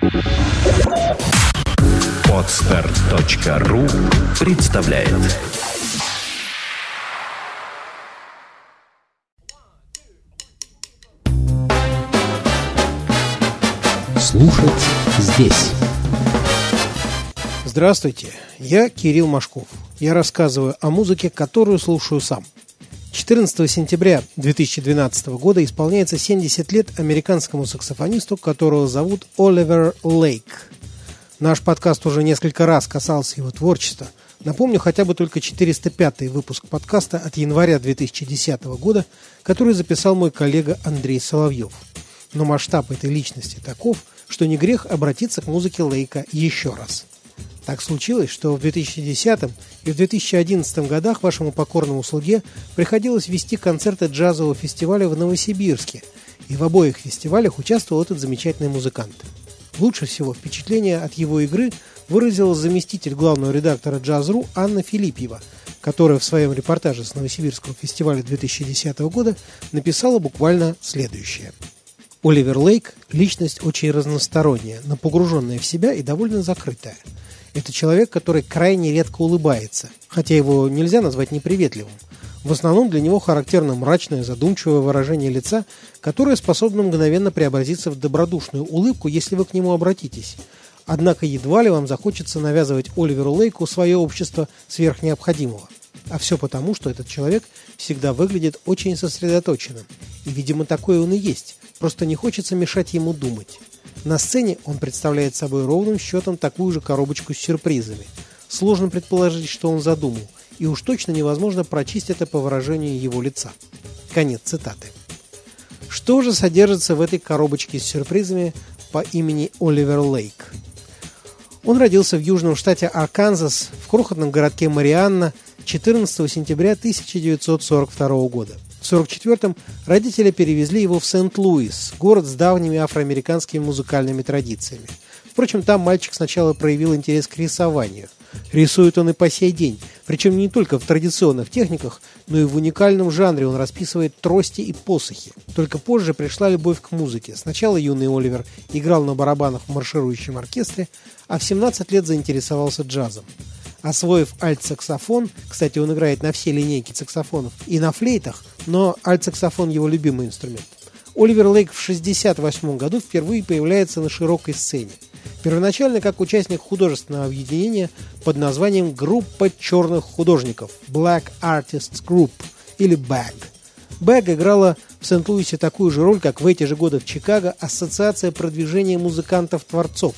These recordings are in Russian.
Podster.ru представляет. Слушать здесь. Здравствуйте, я Кирилл Машков. Я рассказываю о музыке, которую слушаю сам. 14 сентября 2012 года исполняется 70 лет американскому саксофонисту, которого зовут Оливер Лейк. Наш подкаст уже несколько раз касался его творчества. Напомню хотя бы только 405-й выпуск подкаста от января 2010 года, который записал мой коллега Андрей Соловьев. Но масштаб этой личности таков, что не грех обратиться к музыке Лейка еще раз. Так случилось, что в 2010 и в 2011 годах вашему покорному слуге приходилось вести концерты джазового фестиваля в Новосибирске, и в обоих фестивалях участвовал этот замечательный музыкант. Лучше всего впечатление от его игры выразила заместитель главного редактора «Джаз.ру» Анна Филипьева, которая в своем репортаже с Новосибирского фестиваля 2010 года написала буквально следующее. Оливер Лейк – личность очень разносторонняя, но погруженная в себя и довольно закрытая. Это человек, который крайне редко улыбается, хотя его нельзя назвать неприветливым. В основном для него характерно мрачное, задумчивое выражение лица, которое способно мгновенно преобразиться в добродушную улыбку, если вы к нему обратитесь. Однако едва ли вам захочется навязывать Оливеру Лейку свое общество сверх необходимого. А все потому, что этот человек всегда выглядит очень сосредоточенным. И, видимо, такой он и есть. Просто не хочется мешать ему думать. На сцене он представляет собой ровным счетом такую же коробочку с сюрпризами. Сложно предположить, что он задумал, и уж точно невозможно прочесть это по выражению его лица. Конец цитаты. Что же содержится в этой коробочке с сюрпризами по имени Оливер Лейк? Он родился в южном штате Арканзас, в крохотном городке Марианна, 14 сентября 1942 года. В 1944-м родители перевезли его в Сент-Луис, город с давними афроамериканскими музыкальными традициями. Впрочем, там мальчик сначала проявил интерес к рисованию. Рисует он и по сей день, причем не только в традиционных техниках, но и в уникальном жанре он расписывает трости и посохи. Только позже пришла любовь к музыке. Сначала юный Оливер играл на барабанах в марширующем оркестре, а в 17 лет заинтересовался джазом. Освоив альт-саксофон, кстати, он играет на все линейки саксофонов и на флейтах, но альт-саксофон его любимый инструмент. Оливер Лейк в 1968 году впервые появляется на широкой сцене. Первоначально как участник художественного объединения под названием «Группа черных художников» Black Artists Group или BAG. BAG играла в Сент-Луисе такую же роль, как в эти же годы в Чикаго Ассоциация продвижения музыкантов-творцов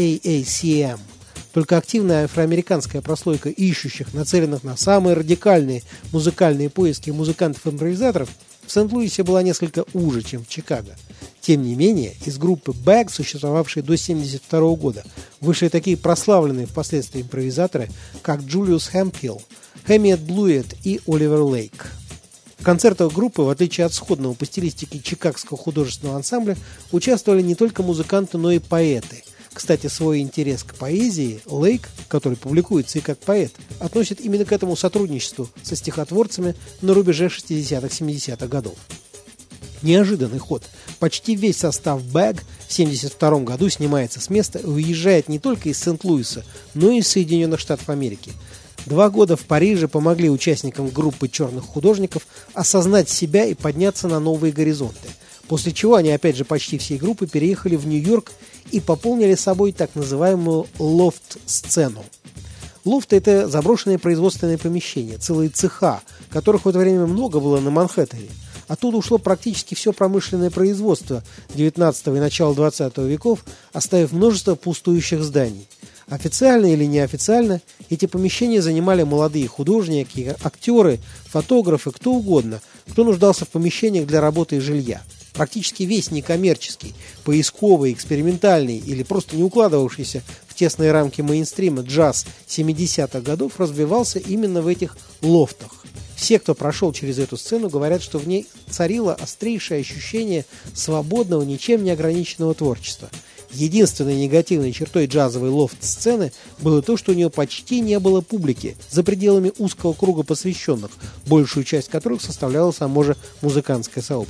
AACM. Только активная афроамериканская прослойка ищущих, нацеленных на самые радикальные музыкальные поиски музыкантов-импровизаторов, в Сент-Луисе была несколько уже, чем в Чикаго. Тем не менее, из группы BAG, существовавшей до 1972 года, вышли такие прославленные впоследствии импровизаторы, как Джулиус Хэмпхилл, Хэмиет Блуетт и Оливер Лейк. В концертах группы, в отличие от сходного по стилистике чикагского художественного ансамбля, участвовали не только музыканты, но и поэты. Кстати, свой интерес к поэзии Лейк, который публикуется и как поэт, относит именно к этому сотрудничеству со стихотворцами на рубеже 60-70-х годов. Неожиданный ход. Почти весь состав BAG в 1972 году снимается с места и уезжает не только из Сент-Луиса, но и из Соединенных Штатов Америки. 2 года в Париже помогли участникам группы черных художников осознать себя и подняться на новые горизонты. После чего они опять же почти всей группы переехали в Нью-Йорк и пополнили собой так называемую лофт-сцену. Лофты – это заброшенные производственные помещения, целые цеха, которых в это время много было на Манхэттене. Оттуда ушло практически все промышленное производство XIX и начала XX веков, оставив множество пустующих зданий. Официально или неофициально эти помещения занимали молодые художники, актеры, фотографы, кто угодно, кто нуждался в помещениях для работы и жилья. Практически весь некоммерческий, поисковый, экспериментальный или просто не укладывавшийся в тесные рамки мейнстрима джаз 70-х годов развивался именно в этих лофтах. Все, кто прошел через эту сцену, говорят, что в ней царило острейшее ощущение свободного, ничем не ограниченного творчества. Единственной негативной чертой джазовой лофт-сцены было то, что у нее почти не было публики, за пределами узкого круга посвященных, большую часть которых составляло само же музыкантское сообщество.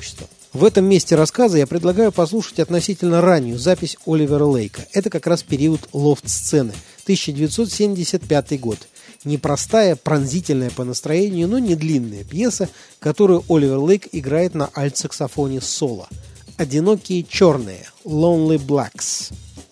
В этом месте рассказа я предлагаю послушать относительно раннюю запись Оливера Лейка. Это как раз период лофт-сцены, 1975 год. Непростая, пронзительная по настроению, но не длинная пьеса, которую Оливер Лейк играет на альт-саксофоне соло. «Одинокие черные» (Lonely Blacks).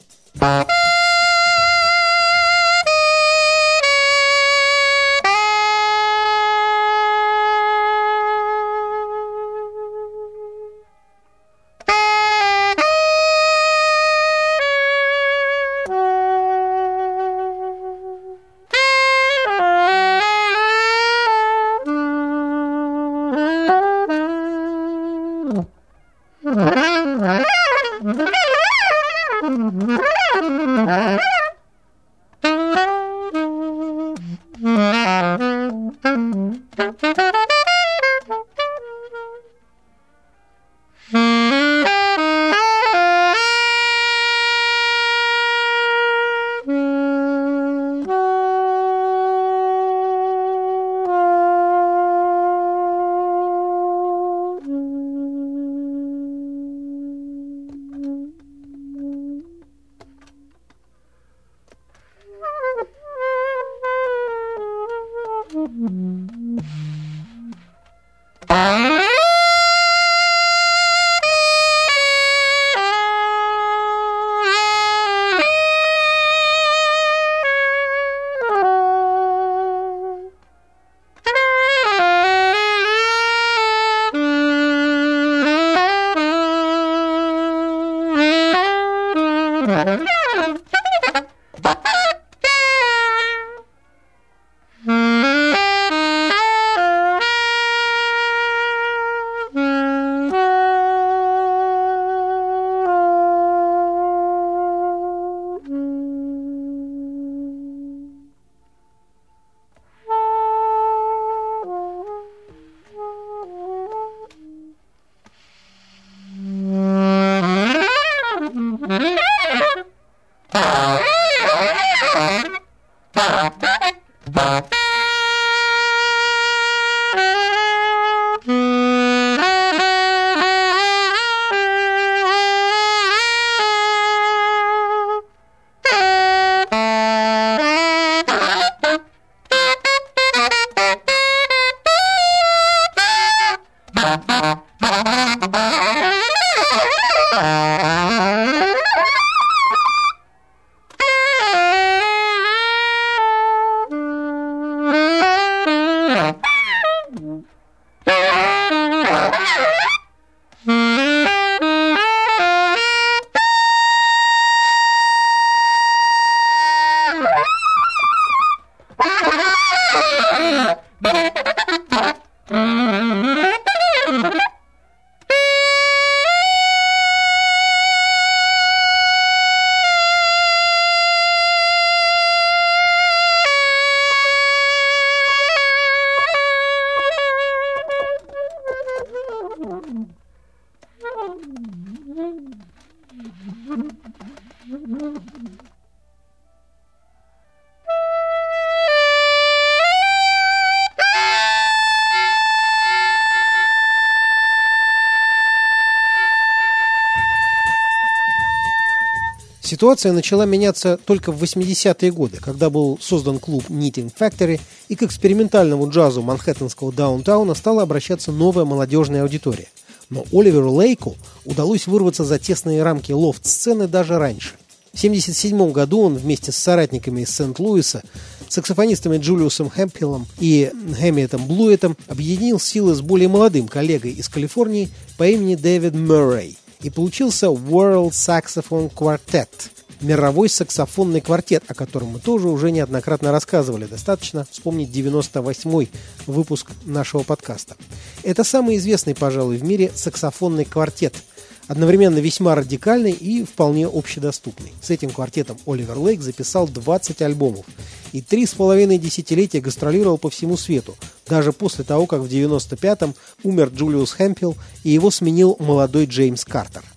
Ситуация начала меняться только в 80-е годы, когда был создан клуб Knitting Factory, и к экспериментальному джазу манхэттенского даунтауна стала обращаться новая молодежная аудитория. Но Оливеру Лейку удалось вырваться за тесные рамки лофт-сцены даже раньше. В 1977 году он вместе с соратниками из Сент-Луиса, саксофонистами Джулиусом Хэмпхиллом и Хэмиетом Блуеттом, объединил силы с более молодым коллегой из Калифорнии по имени Дэвид Мюррей. И получился World Saxophone Quartet – мировой саксофонный квартет, о котором мы тоже уже неоднократно рассказывали. Достаточно вспомнить 98-й выпуск нашего подкаста. Это самый известный, пожалуй, в мире саксофонный квартет, одновременно весьма радикальный и вполне общедоступный. С этим квартетом Оливер Лейк записал 20 альбомов и 3,5 десятилетия гастролировал по всему свету, даже после того, как в 1995-м умер Джулиус Хэмпхилл и его сменил молодой Джеймс Картер.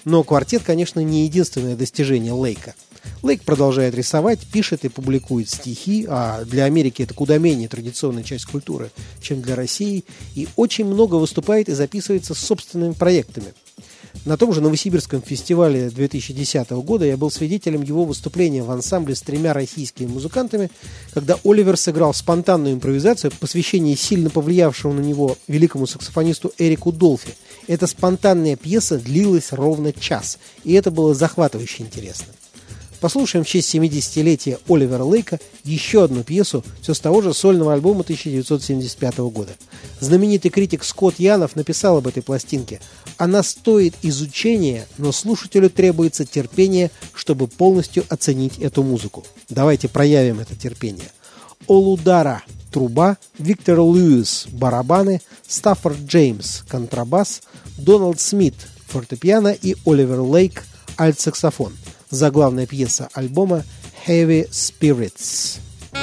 Но квартет, конечно, не единственное достижение Лейка. Лейк продолжает рисовать, пишет и публикует стихи, а для Америки это куда менее традиционная часть культуры, чем для России, и очень много выступает и записывается с собственными проектами. На том же Новосибирском фестивале 2010 года я был свидетелем его выступления в ансамбле с 3 российскими музыкантами, когда Оливер сыграл спонтанную импровизацию в посвящении сильно повлиявшему на него великому саксофонисту Эрику Долфи. Эта спонтанная пьеса длилась ровно час, и это было захватывающе интересно. Послушаем в честь 70-летия Оливера Лейка еще одну пьесу все с того же сольного альбома 1975 года. Знаменитый критик Скотт Янов написал об этой пластинке: «Она стоит изучения, но слушателю требуется терпение, чтобы полностью оценить эту музыку». Давайте проявим это терпение. Олудара – труба, Виктор Льюис – барабаны, Стаффорд Джеймс – контрабас, Дональд Смит – фортепиано и Оливер Лейк – альт-саксофон. Заглавная пьеса альбома «Heavy Spirits».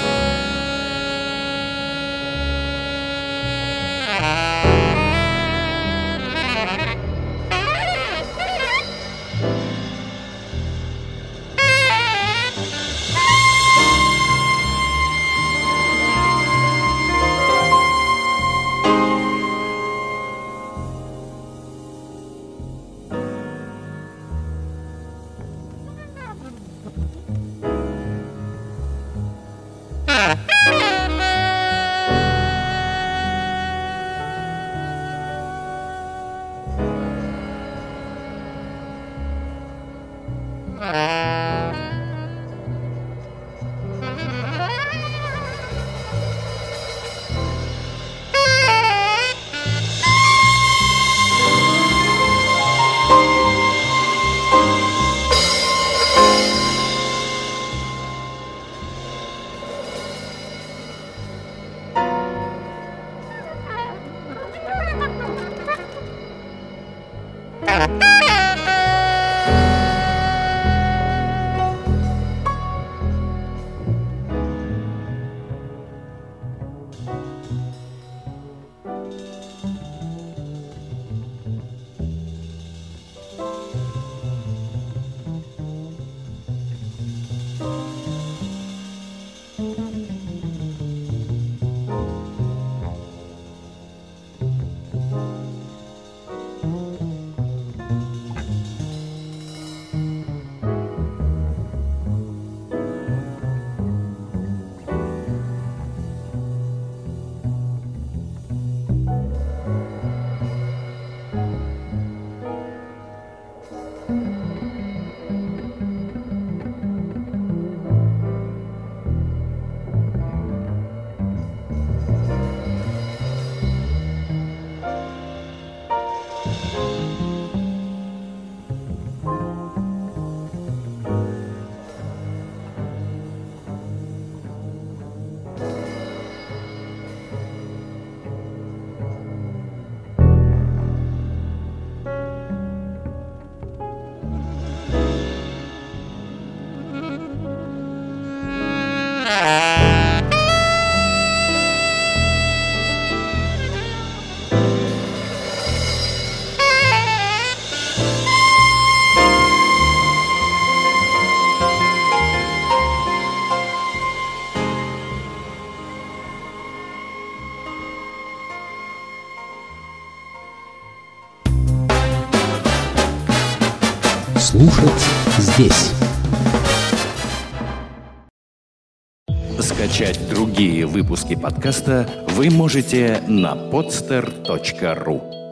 Слушать здесь. Скачать другие выпуски подкаста вы можете на podster.ru.